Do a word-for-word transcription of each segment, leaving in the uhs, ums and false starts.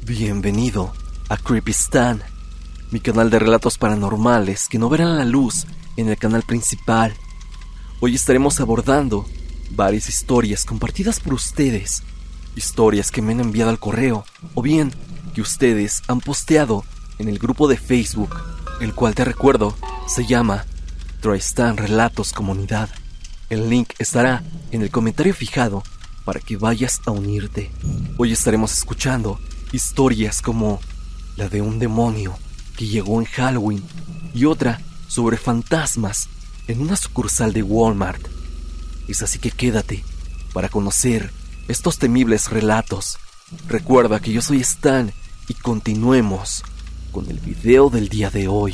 Bienvenido a Creepistan, mi canal de relatos paranormales que no verán la luz en el canal principal. Hoy estaremos abordando varias historias compartidas por ustedes, historias que me han enviado al correo o bien que ustedes han posteado en el grupo de Facebook, el cual te recuerdo se llama Tristan Relatos Comunidad. El link estará en el comentario fijado para que vayas a unirte. Hoy estaremos escuchando historias como la de un demonio que llegó en Halloween y otra sobre fantasmas en una sucursal de Walmart. Es así que quédate para conocer estos temibles relatos. Recuerda que yo soy Stan y continuemos con el video del día de hoy.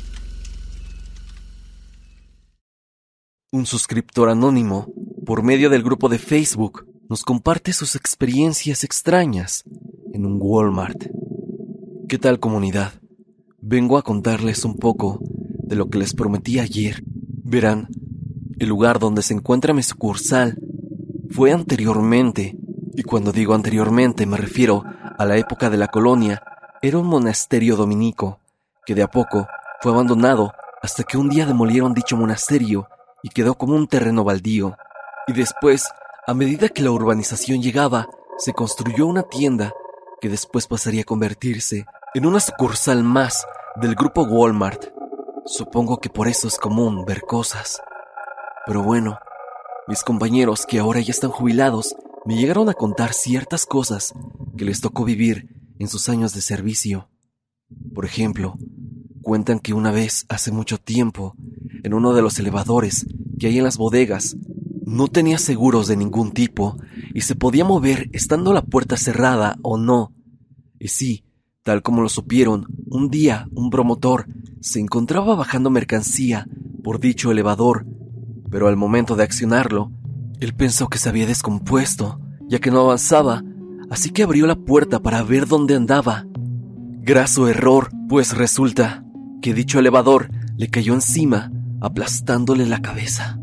Un suscriptor anónimo, por medio del grupo de Facebook, nos comparte sus experiencias extrañas en un Walmart. ¿Qué tal, comunidad? Vengo a contarles un poco de lo que les prometí ayer. Verán, el lugar donde se encuentra mi sucursal fue anteriormente, y cuando digo anteriormente me refiero a la época de la colonia, era un monasterio dominico, que de a poco fue abandonado hasta que un día demolieron dicho monasterio y quedó como un terreno baldío. Y después, a medida que la urbanización llegaba, se construyó una tienda que después pasaría a convertirse en una sucursal más del grupo Walmart. Supongo que por eso es común ver cosas. Pero bueno, mis compañeros que ahora ya están jubilados me llegaron a contar ciertas cosas que les tocó vivir en sus años de servicio. Por ejemplo, cuentan que una vez, hace mucho tiempo, en uno de los elevadores que hay en las bodegas, no tenía seguros de ningún tipo y se podía mover estando la puerta cerrada o no. Y sí, tal como lo supieron, un día un promotor se encontraba bajando mercancía por dicho elevador, pero al momento de accionarlo, él pensó que se había descompuesto, ya que no avanzaba, así que abrió la puerta para ver dónde andaba. Graso error, pues resulta que dicho elevador le cayó encima, aplastándole la cabeza.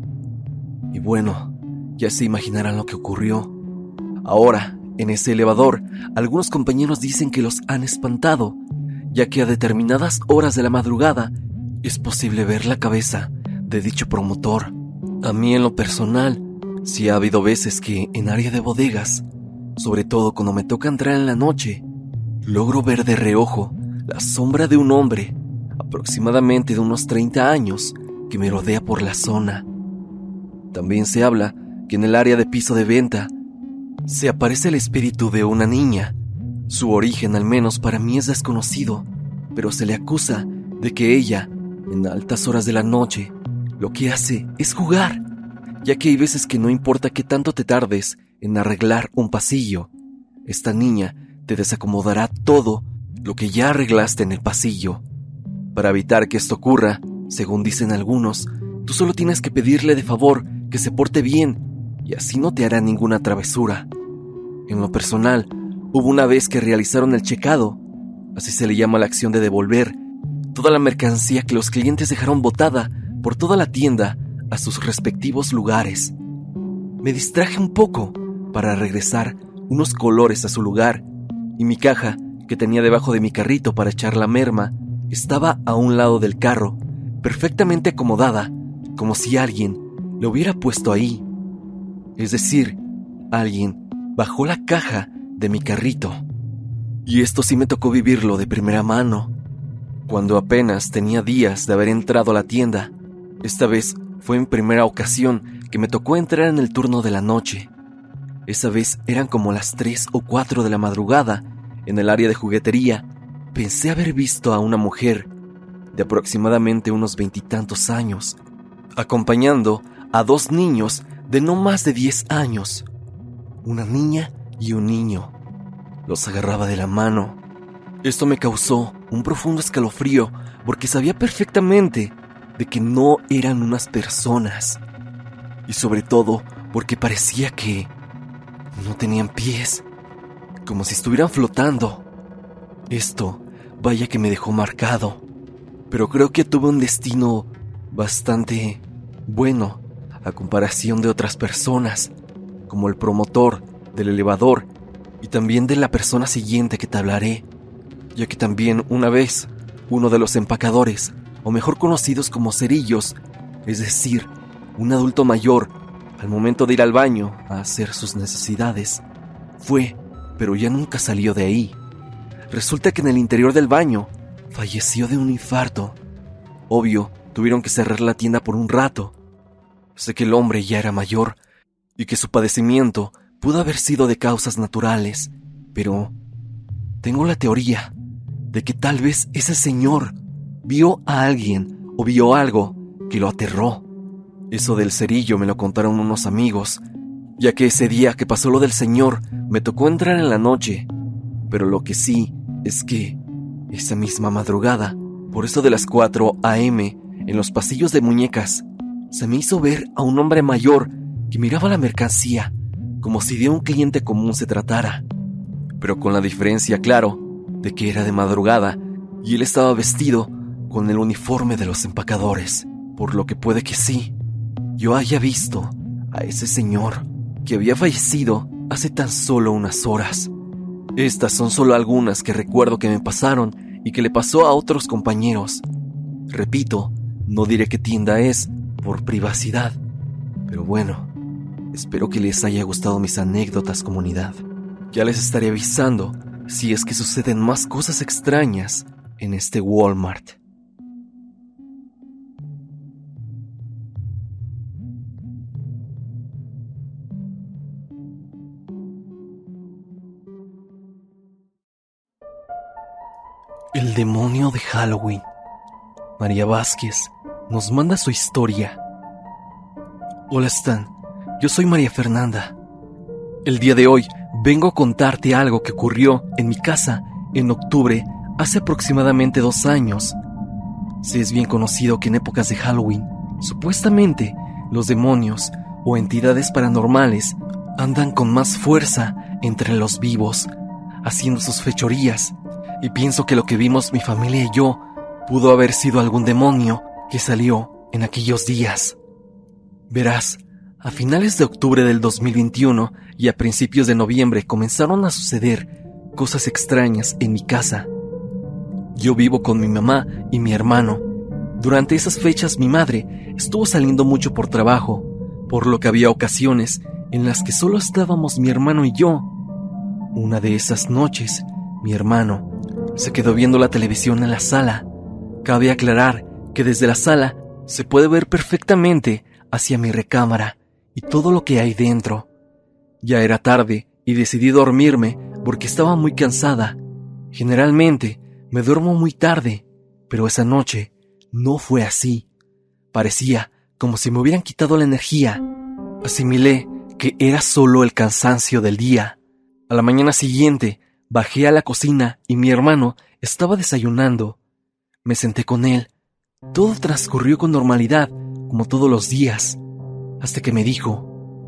Y bueno, ya se imaginarán lo que ocurrió. Ahora, en ese elevador, algunos compañeros dicen que los han espantado, ya que a determinadas horas de la madrugada es posible ver la cabeza de dicho promotor. A mí en lo personal, sí ha habido veces que en área de bodegas, sobre todo cuando me toca entrar en la noche, logro ver de reojo la sombra de un hombre, aproximadamente de unos treinta años, que me rodea por la zona. También se habla que en el área de piso de venta se aparece el espíritu de una niña. Su origen, al menos para mí, es desconocido, pero se le acusa de que ella, en altas horas de la noche, lo que hace es jugar, ya que hay veces que no importa qué tanto te tardes en arreglar un pasillo, esta niña te desacomodará todo lo que ya arreglaste en el pasillo. Para evitar que esto ocurra, según dicen algunos, tú solo tienes que pedirle de favor que se porte bien y así no te hará ninguna travesura. En lo personal, hubo una vez que realizaron el checado, así se le llama la acción de devolver toda la mercancía que los clientes dejaron botada por toda la tienda a sus respectivos lugares. Me distraje un poco para regresar unos colores a su lugar y mi caja, que tenía debajo de mi carrito para echar la merma, estaba a un lado del carro, perfectamente acomodada, como si alguien lo hubiera puesto ahí. Es decir, alguien bajó la caja de mi carrito. Y esto sí me tocó vivirlo de primera mano, cuando apenas tenía días de haber entrado a la tienda. Esta vez fue mi primera ocasión que me tocó entrar en el turno de la noche. Esa vez eran como las tres o cuatro de la madrugada. En el área de juguetería pensé haber visto a una mujer de aproximadamente unos veintitantos años, acompañando a dos niños de no más de diez años, una niña y un niño. Los agarraba de la mano. Esto me causó un profundo escalofrío porque sabía perfectamente de que no eran unas personas, y sobre todo porque parecía que no tenían pies, como si estuvieran flotando. Esto, vaya que me dejó marcado, pero creo que tuve un destino bastante bueno a comparación de otras personas, como el promotor del elevador, y también de la persona siguiente que te hablaré, ya que también una vez uno de los empacadores, o mejor conocidos como cerillos, es decir, un adulto mayor, al momento de ir al baño a hacer sus necesidades, fue, pero ya nunca salió de ahí. Resulta que en el interior del baño falleció de un infarto. Obvio, tuvieron que cerrar la tienda por un rato. Sé que el hombre ya era mayor y que su padecimiento pudo haber sido de causas naturales, pero tengo la teoría de que tal vez ese señor vio a alguien o vio algo que lo aterró. Eso del cerillo me lo contaron unos amigos, ya que ese día que pasó lo del señor me tocó entrar en la noche, pero lo que sí es que esa misma madrugada, por eso de las cuatro a eme, en los pasillos de muñecas, se me hizo ver a un hombre mayor que miraba la mercancía como si de un cliente común se tratara, pero con la diferencia, claro, de que era de madrugada y él estaba vestido con el uniforme de los empacadores, por lo que puede que sí, yo haya visto a ese señor que había fallecido hace tan solo unas horas. Estas son solo algunas que recuerdo que me pasaron y que le pasó a otros compañeros. Repito, no diré qué tienda es, por privacidad, pero bueno, espero que les haya gustado mis anécdotas, comunidad. Ya les estaré avisando si es que suceden más cosas extrañas en este Walmart. El demonio de Halloween. María Vázquez nos manda su historia. Hola Stan, yo soy María Fernanda. El día de hoy vengo a contarte algo que ocurrió en mi casa en octubre hace aproximadamente dos años. Se es bien conocido que en épocas de Halloween, supuestamente los demonios o entidades paranormales andan con más fuerza entre los vivos, haciendo sus fechorías. Y pienso que lo que vimos mi familia y yo pudo haber sido algún demonio que salió en aquellos días. Verás, a finales de octubre del dos mil veintiuno y a principios de noviembre comenzaron a suceder cosas extrañas en mi casa. Yo vivo con mi mamá y mi hermano. Durante esas fechas mi madre estuvo saliendo mucho por trabajo, por lo que había ocasiones en las que solo estábamos mi hermano y yo. Una de esas noches, mi hermano se quedó viendo la televisión en la sala. Cabe aclarar que desde la sala se puede ver perfectamente hacia mi recámara y todo lo que hay dentro. Ya era tarde y decidí dormirme porque estaba muy cansada. Generalmente me duermo muy tarde, pero esa noche no fue así. Parecía como si me hubieran quitado la energía. Asimilé que era solo el cansancio del día. A la mañana siguiente bajé a la cocina y mi hermano estaba desayunando. Me senté con él. Todo transcurrió con normalidad, como todos los días, hasta que me dijo: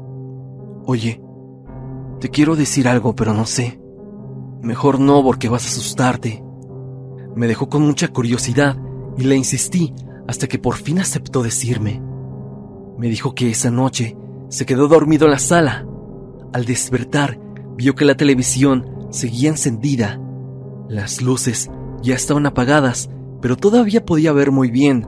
Oye, te quiero decir algo, pero no sé. Mejor no, porque vas a asustarte. Me dejó con mucha curiosidad y le insistí hasta que por fin aceptó decirme. Me dijo que esa noche se quedó dormido en la sala. Al despertar, vio que la televisión seguía encendida. Las luces ya estaban apagadas, pero todavía podía ver muy bien.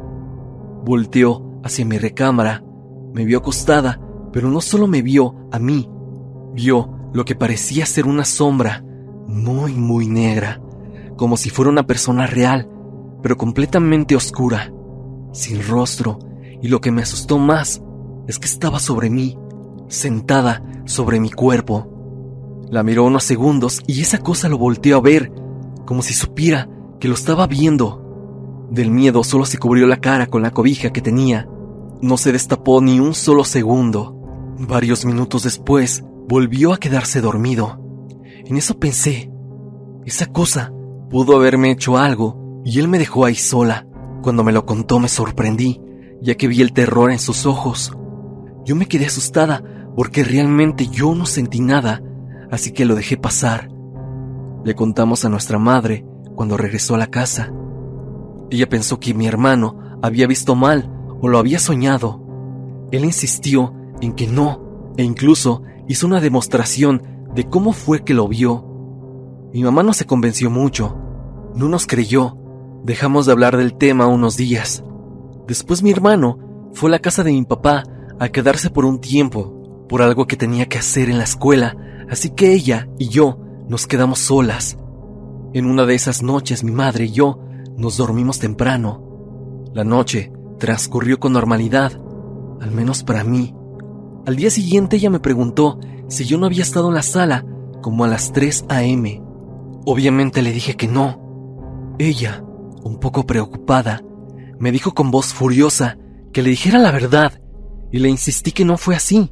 Volteó hacia mi recámara, me vio acostada, pero no solo me vio a mí, vio lo que parecía ser una sombra muy muy negra, como si fuera una persona real, pero completamente oscura, sin rostro, y lo que me asustó más es que estaba sobre mí, sentada sobre mi cuerpo. La miró unos segundos y esa cosa lo volteó a ver, como si supiera que lo estaba viendo. Del miedo solo se cubrió la cara con la cobija que tenía. No se destapó ni un solo segundo. Varios minutos después, volvió a quedarse dormido. En eso pensé, esa cosa pudo haberme hecho algo y él me dejó ahí sola. Cuando me lo contó me sorprendí, ya que vi el terror en sus ojos. Yo me quedé asustada porque realmente yo no sentí nada, así que lo dejé pasar. Le contamos a nuestra madre cuando regresó a la casa. Ella pensó que mi hermano había visto mal o lo había soñado. Él insistió en que no, e incluso hizo una demostración de cómo fue que lo vio. Mi mamá no se convenció mucho, no nos creyó, dejamos de hablar del tema unos días. Después mi hermano fue a la casa de mi papá a quedarse por un tiempo, por algo que tenía que hacer en la escuela, así que ella y yo nos quedamos solas. En una de esas noches mi madre y yo nos dormimos temprano. La noche transcurrió con normalidad, al menos para mí. Al día siguiente ella me preguntó si yo no había estado en la sala como a las tres a eme Obviamente le dije que no. Ella, un poco preocupada, me dijo con voz furiosa que le dijera la verdad y le insistí que no fue así.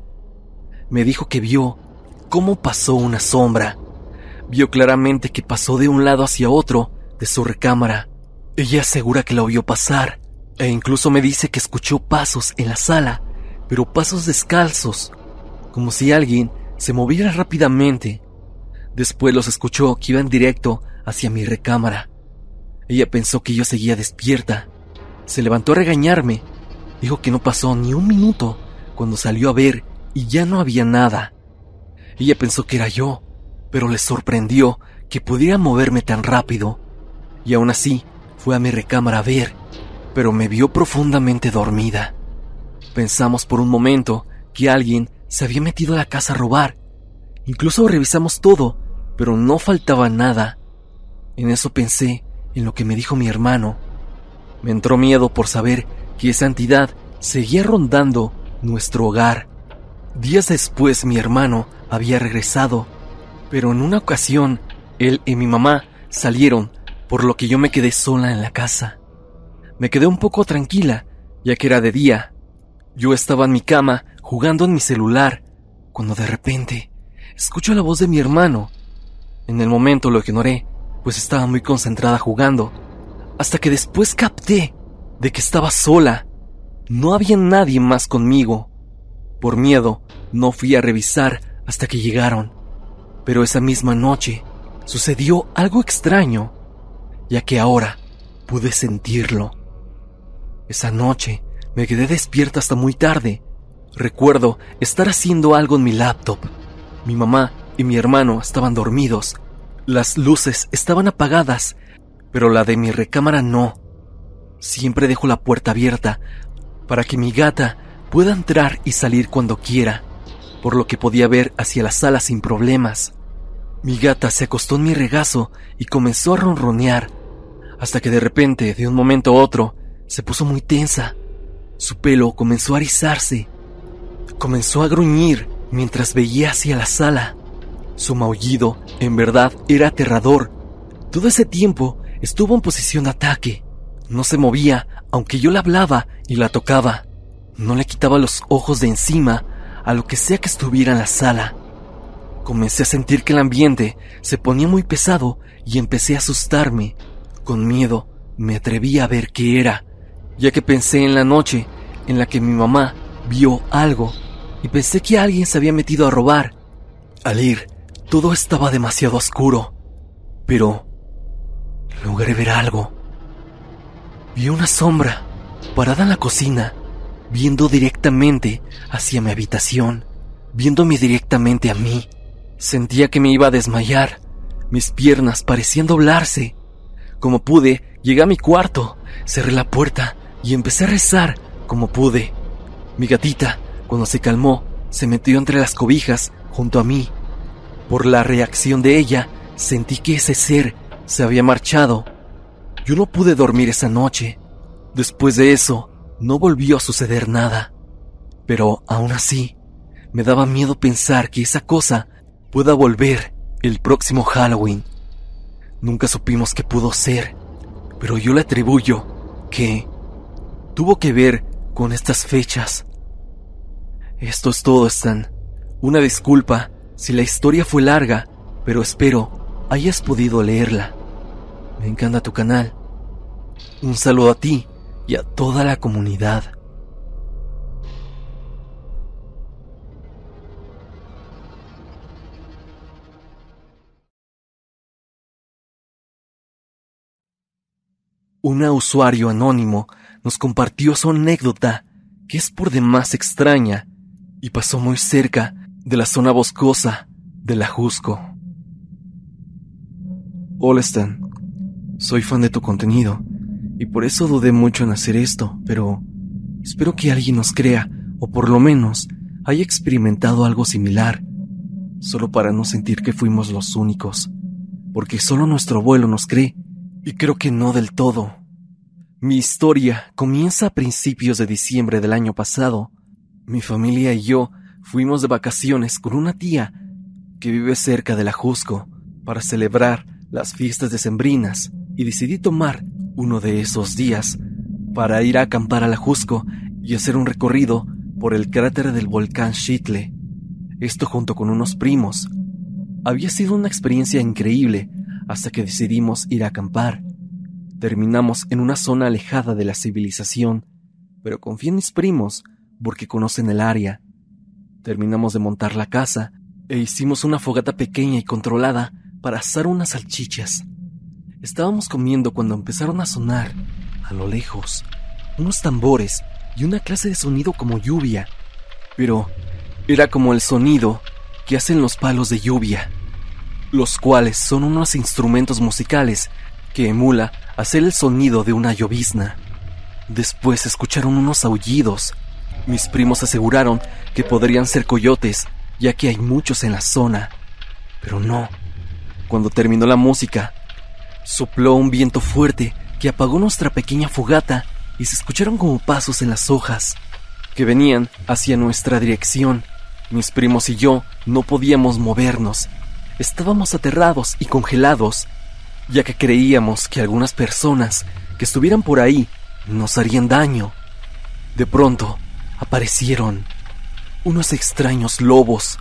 Me dijo que vio cómo pasó una sombra. Vio claramente que pasó de un lado hacia otro de su recámara. Ella asegura que lo vio pasar e incluso me dice que escuchó pasos en la sala, pero pasos descalzos, como si alguien se moviera rápidamente. Después los escuchó que iban directo hacia mi recámara. Ella pensó que yo seguía despierta. Se levantó a regañarme. Dijo que no pasó ni un minuto cuando salió a ver y ya no había nada. Ella pensó que era yo, pero le sorprendió que pudiera moverme tan rápido. Y aún así fue a mi recámara a ver, pero me vio profundamente dormida. Pensamos por un momento que alguien se había metido a la casa a robar. Incluso revisamos todo, pero no faltaba nada. En eso pensé en lo que me dijo mi hermano. Me entró miedo por saber que esa entidad seguía rondando nuestro hogar. Días después mi hermano había regresado, pero en una ocasión él y mi mamá salieron, por lo que yo me quedé sola en la casa. Me quedé un poco tranquila, ya que era de día. Yo estaba en mi cama jugando en mi celular, cuando de repente escucho la voz de mi hermano. En el momento lo ignoré, pues estaba muy concentrada jugando, hasta que después capté de que estaba sola. No había nadie más conmigo. Por miedo, no fui a revisar hasta que llegaron. Pero esa misma noche sucedió algo extraño, ya que ahora pude sentirlo. Esa noche me quedé despierta hasta muy tarde. Recuerdo estar haciendo algo en mi laptop. Mi mamá y mi hermano estaban dormidos. Las luces estaban apagadas, pero la de mi recámara no. Siempre dejo la puerta abierta para que mi gata pueda entrar y salir cuando quiera, por lo que podía ver hacia la sala sin problemas. Mi gata se acostó en mi regazo y comenzó a ronronear, hasta que de repente, de un momento a otro, se puso muy tensa. Su pelo comenzó a erizarse. Comenzó a gruñir mientras veía hacia la sala. Su maullido, en verdad, era aterrador. Todo ese tiempo estuvo en posición de ataque. No se movía, aunque yo le hablaba y la tocaba. No le quitaba los ojos de encima a lo que sea que estuviera en la sala. Comencé a sentir que el ambiente se ponía muy pesado y empecé a asustarme. Con miedo me atreví a ver qué era, ya que pensé en la noche en la que mi mamá vio algo y pensé que alguien se había metido a robar. Al ir, todo estaba demasiado oscuro, pero logré ver algo. Vi una sombra parada en la cocina, viendo directamente hacia mi habitación, viéndome directamente a mí. Sentía que me iba a desmayar. Mis piernas parecían doblarse. Como pude, llegué a mi cuarto, cerré la puerta y empecé a rezar como pude. Mi gatita, cuando se calmó, se metió entre las cobijas junto a mí. Por la reacción de ella, sentí que ese ser se había marchado. Yo no pude dormir esa noche. Después de eso, no volvió a suceder nada. Pero aún así, me daba miedo pensar que esa cosa pueda volver el próximo Halloween. Nunca supimos qué pudo ser, pero yo le atribuyo que tuvo que ver con estas fechas. Esto es todo, Stan. Una disculpa si la historia fue larga, pero espero hayas podido leerla. Me encanta tu canal. Un saludo a ti y a toda la comunidad. Un usuario anónimo nos compartió su anécdota, que es por demás extraña, y pasó muy cerca de la zona boscosa de la Jusco. Hola Stan, soy fan de tu contenido y por eso dudé mucho en hacer esto, pero espero que alguien nos crea o por lo menos haya experimentado algo similar, solo para no sentir que fuimos los únicos, porque solo nuestro abuelo nos cree y creo que no del todo. Mi historia comienza a principios de diciembre del año pasado. Mi familia y yo fuimos de vacaciones con una tía que vive cerca de la Jusco para celebrar las fiestas decembrinas y decidí tomar uno de esos días para ir a acampar a la Jusco y hacer un recorrido por el cráter del volcán Xitle. Esto junto con unos primos. Había sido una experiencia increíble hasta que decidimos ir a acampar. Terminamos en una zona alejada de la civilización, pero confié en mis primos porque conocen el área. Terminamos de montar la casa e hicimos una fogata pequeña y controlada para asar unas salchichas. Estábamos comiendo cuando empezaron a sonar, a lo lejos, unos tambores y una clase de sonido como lluvia, pero era como el sonido que hacen los palos de lluvia, los cuales son unos instrumentos musicales que emula hacer el sonido de una llovizna. Después escucharon unos aullidos. Mis primos aseguraron que podrían ser coyotes, ya que hay muchos en la zona, pero no. Cuando terminó la música, sopló un viento fuerte que apagó nuestra pequeña fogata y se escucharon como pasos en las hojas que venían hacia nuestra dirección. Mis primos y yo no podíamos movernos. Estábamos aterrados y congelados, ya que creíamos que algunas personas que estuvieran por ahí nos harían daño. De pronto, aparecieron unos extraños lobos.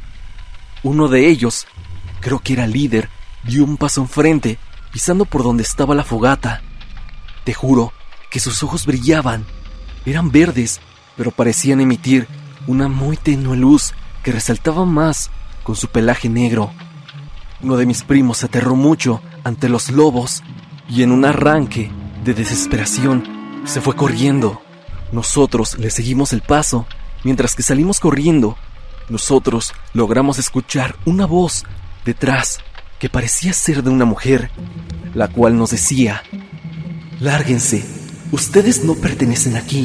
Uno de ellos, creo que era el líder, dio un paso enfrente, pisando por donde estaba la fogata. Te juro que sus ojos brillaban. Eran verdes, pero parecían emitir una muy tenue luz que resaltaba más con su pelaje negro. Uno de mis primos se aterró mucho ante los lobos y en un arranque de desesperación se fue corriendo. Nosotros le seguimos el paso. Mientras que salimos corriendo, nosotros logramos escuchar una voz detrás que parecía ser de una mujer, la cual nos decía: «Lárguense, ustedes no pertenecen aquí».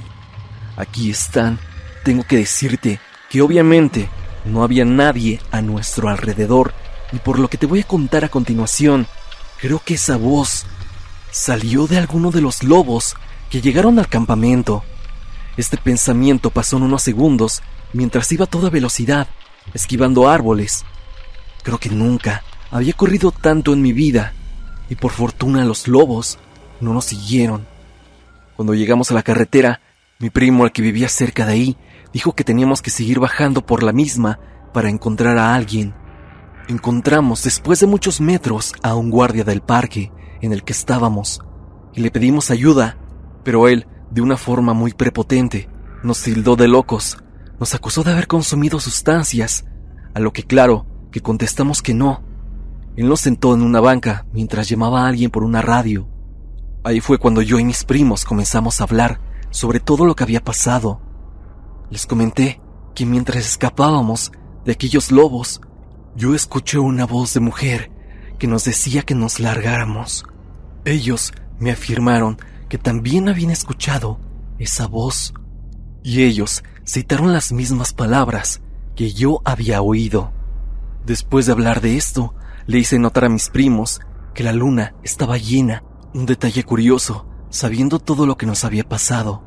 Aquí están. Tengo que decirte que obviamente no había nadie a nuestro alrededor, y por lo que te voy a contar a continuación, creo que esa voz salió de alguno de los lobos que llegaron al campamento. Este pensamiento pasó en unos segundos mientras iba a toda velocidad, esquivando árboles. Creo que nunca había corrido tanto en mi vida, y por fortuna los lobos no nos siguieron. Cuando llegamos a la carretera, mi primo, el que vivía cerca de ahí, dijo que teníamos que seguir bajando por la misma para encontrar a alguien. Encontramos, después de muchos metros, a un guardia del parque en el que estábamos, y le pedimos ayuda, pero él, de una forma muy prepotente, nos tildó de locos, nos acusó de haber consumido sustancias, a lo que claro, que contestamos que no. Él nos sentó en una banca mientras llamaba a alguien por una radio. Ahí fue cuando yo y mis primos comenzamos a hablar sobre todo lo que había pasado. Les comenté que mientras escapábamos de aquellos lobos, yo escuché una voz de mujer que nos decía que nos largáramos. Ellos me afirmaron que también habían escuchado esa voz, y ellos citaron las mismas palabras que yo había oído. Después de hablar de esto, le hice notar a mis primos que la luna estaba llena, un detalle curioso, sabiendo todo lo que nos había pasado.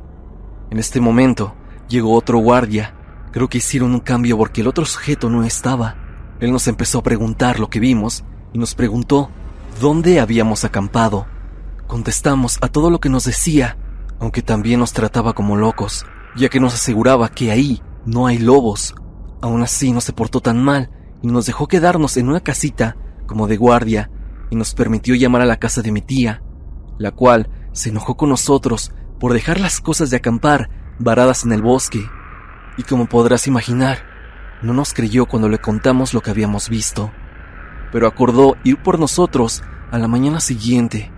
En este momento, llegó otro guardia. Creo que hicieron un cambio porque el otro sujeto no estaba. Él nos empezó a preguntar lo que vimos y nos preguntó dónde habíamos acampado. Contestamos a todo lo que nos decía, aunque también nos trataba como locos, ya que nos aseguraba que ahí no hay lobos. Aún así no se portó tan mal y nos dejó quedarnos en una casita como de guardia y nos permitió llamar a la casa de mi tía, la cual se enojó con nosotros por dejar las cosas de acampar varadas en el bosque. Y como podrás imaginar, no nos creyó cuando le contamos lo que habíamos visto, pero acordó ir por nosotros a la mañana siguiente.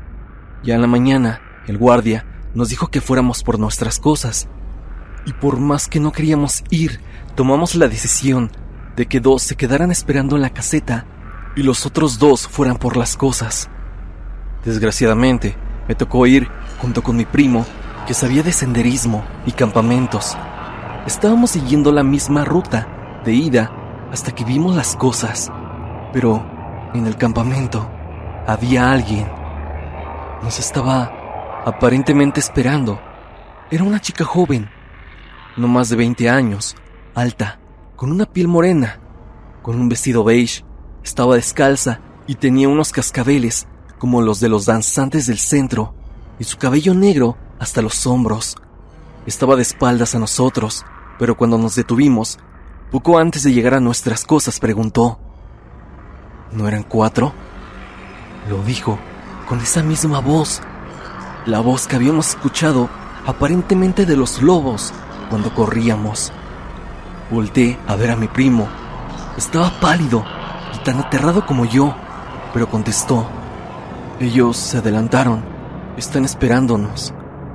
Ya en la mañana, el guardia nos dijo que fuéramos por nuestras cosas, y por más que no queríamos ir, tomamos la decisión de que dos se quedaran esperando en la caseta y los otros dos fueran por las cosas. Desgraciadamente, me tocó ir junto con mi primo, que sabía de senderismo y campamentos. Estábamos siguiendo la misma ruta de ida hasta que vimos las cosas, pero en el campamento había alguien. Nos estaba aparentemente esperando. Era una chica joven, no más de veinte años, alta, con una piel morena, con un vestido beige, estaba descalza y tenía unos cascabeles como los de los danzantes del centro, y su cabello negro hasta los hombros. Estaba de espaldas a nosotros, pero cuando nos detuvimos, poco antes de llegar a nuestras cosas, preguntó: ¿no eran cuatro? Lo dijo con esa misma voz, la voz que habíamos escuchado aparentemente de los lobos cuando corríamos. Volté a ver a mi primo. Estaba pálido y tan aterrado como yo, pero contestó: ellos se adelantaron, están esperándonos.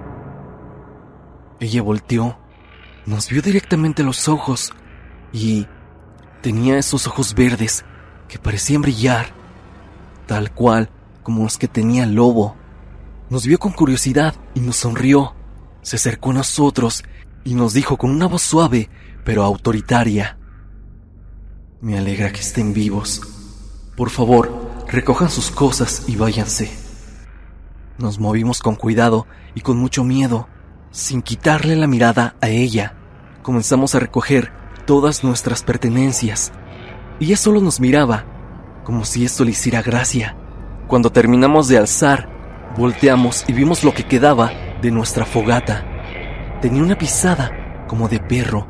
Ella volteó, nos vio directamente a los ojos y tenía esos ojos verdes que parecían brillar, tal cual como los que tenía el lobo. Nos vio con curiosidad y nos sonrió. Se acercó a nosotros y nos dijo con una voz suave pero autoritaria: me alegra que estén vivos. Por favor, recojan sus cosas y váyanse. Nos movimos con cuidado y con mucho miedo, sin quitarle la mirada a ella. Comenzamos a recoger todas nuestras pertenencias. Ella solo nos miraba, como si esto le hiciera gracia. Cuando terminamos de alzar, volteamos y vimos lo que quedaba de nuestra fogata. Tenía una pisada como de perro.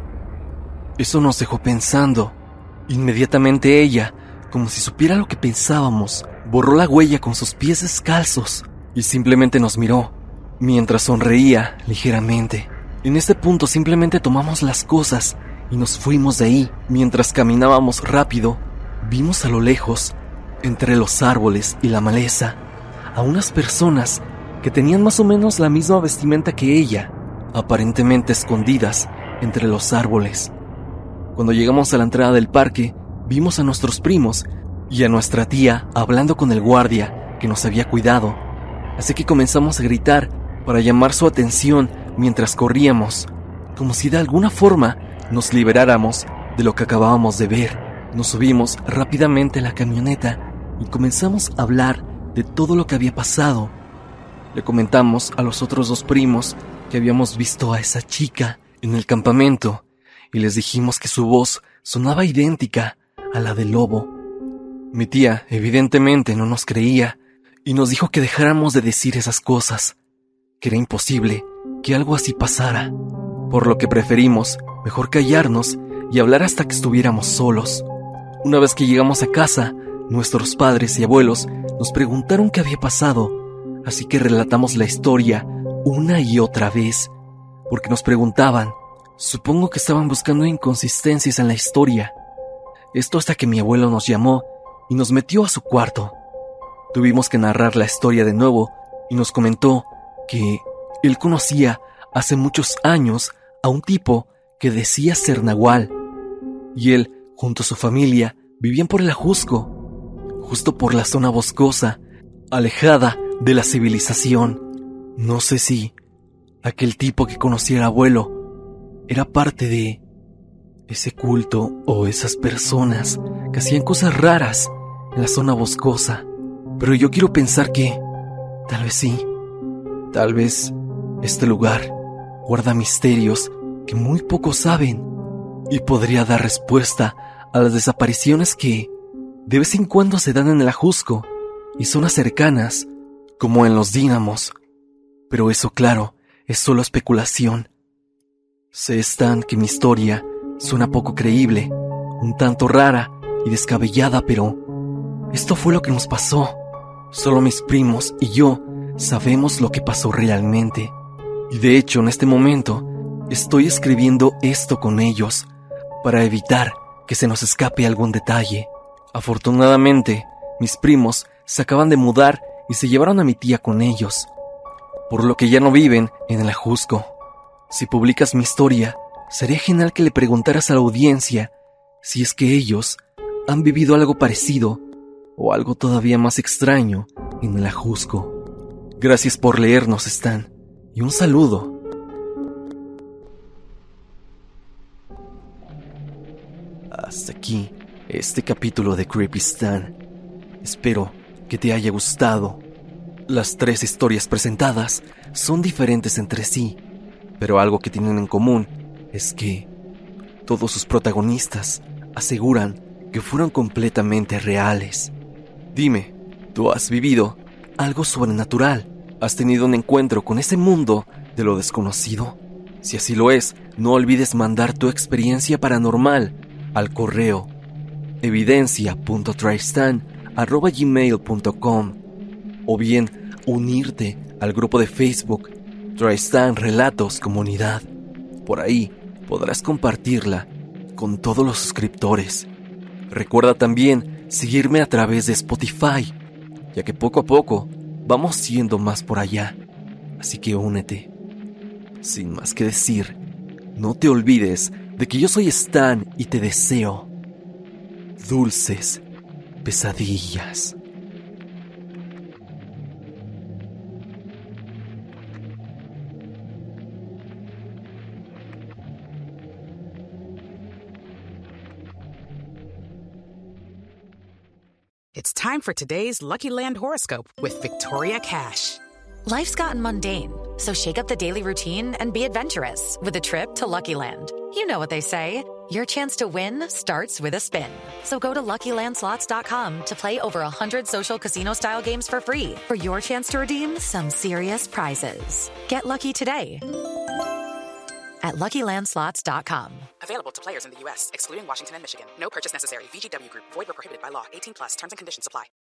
Eso nos dejó pensando. Inmediatamente ella, como si supiera lo que pensábamos, borró la huella con sus pies descalzos y simplemente nos miró, mientras sonreía ligeramente. En este punto simplemente tomamos las cosas y nos fuimos de ahí. Mientras caminábamos rápido, vimos a lo lejos, entre los árboles y la maleza, a unas personas que tenían más o menos la misma vestimenta que ella, aparentemente escondidas entre los árboles. Cuando llegamos a la entrada del parque, vimos a nuestros primos y a nuestra tía hablando con el guardia que nos había cuidado, así que comenzamos a gritar para llamar su atención mientras corríamos, como si de alguna forma nos liberáramos de lo que acabábamos de ver. Nos subimos rápidamente a la camioneta y comenzamos a hablar de todo lo que había pasado. Le comentamos a los otros dos primos que habíamos visto a esa chica en el campamento y les dijimos que su voz sonaba idéntica a la del lobo. Mi tía evidentemente no nos creía y nos dijo que dejáramos de decir esas cosas, que era imposible que algo así pasara, por lo que preferimos mejor callarnos y hablar hasta que estuviéramos solos. Una vez que llegamos a casa, nuestros padres y abuelos nos preguntaron qué había pasado, así que relatamos la historia una y otra vez, porque nos preguntaban. Supongo que estaban buscando inconsistencias en la historia. Esto hasta que mi abuelo nos llamó y nos metió a su cuarto. Tuvimos que narrar la historia de nuevo y nos comentó que él conocía hace muchos años a un tipo que decía ser nahual, y él, junto a su familia, vivían por el Ajusco, justo por la zona boscosa, alejada de la civilización. No sé si aquel tipo que conocía al abuelo era parte de ese culto o esas personas que hacían cosas raras en la zona boscosa, pero yo quiero pensar que tal vez sí, tal vez este lugar guarda misterios que muy pocos saben y podría dar respuesta a las desapariciones que de vez en cuando se dan en el Ajusco y zonas cercanas, como en los Dínamos. Pero eso, claro, es solo especulación. Sé, Stan, que mi historia suena poco creíble, un tanto rara y descabellada, pero esto fue lo que nos pasó. Solo mis primos y yo sabemos lo que pasó realmente. Y de hecho, en este momento, estoy escribiendo esto con ellos para evitar que se nos escape algún detalle. Afortunadamente, mis primos se acaban de mudar y se llevaron a mi tía con ellos, por lo que ya no viven en el Ajusco. Si publicas mi historia, sería genial que le preguntaras a la audiencia si es que ellos han vivido algo parecido o algo todavía más extraño en el Ajusco. Gracias por leernos, Stan, y un saludo. Hasta aquí este capítulo de Creepy Stan. Espero que te haya gustado. Las tres historias presentadas son diferentes entre sí, pero algo que tienen en común es que todos sus protagonistas aseguran que fueron completamente reales. Dime, ¿tú has vivido algo sobrenatural? ¿Has tenido un encuentro con ese mundo de lo desconocido? Si así lo es, no olvides mandar tu experiencia paranormal al correo evidencia punto tristan arroba gmail punto com o bien unirte al grupo de Facebook Tristan Relatos Comunidad. Por ahí podrás compartirla con todos los suscriptores. Recuerda también seguirme a través de Spotify, ya que poco a poco vamos siendo más por allá, así que únete. Sin más que decir, no te olvides de que yo soy Stan y te deseo dulces pesadillas. It's time for today's Lucky Land horoscope with Victoria Cash. Life's gotten mundane, so shake up the daily routine and be adventurous with a trip to Lucky Land. You know what they say, your chance to win starts with a spin. So go to lucky land slots dot com to play over one hundred social casino-style games for free for your chance to redeem some serious prizes. Get lucky today at lucky land slots dot com. Available to players in the U S, excluding Washington and Michigan. No purchase necessary. V G W Group. Void where prohibited by law. eighteen plus. Terms and conditions apply.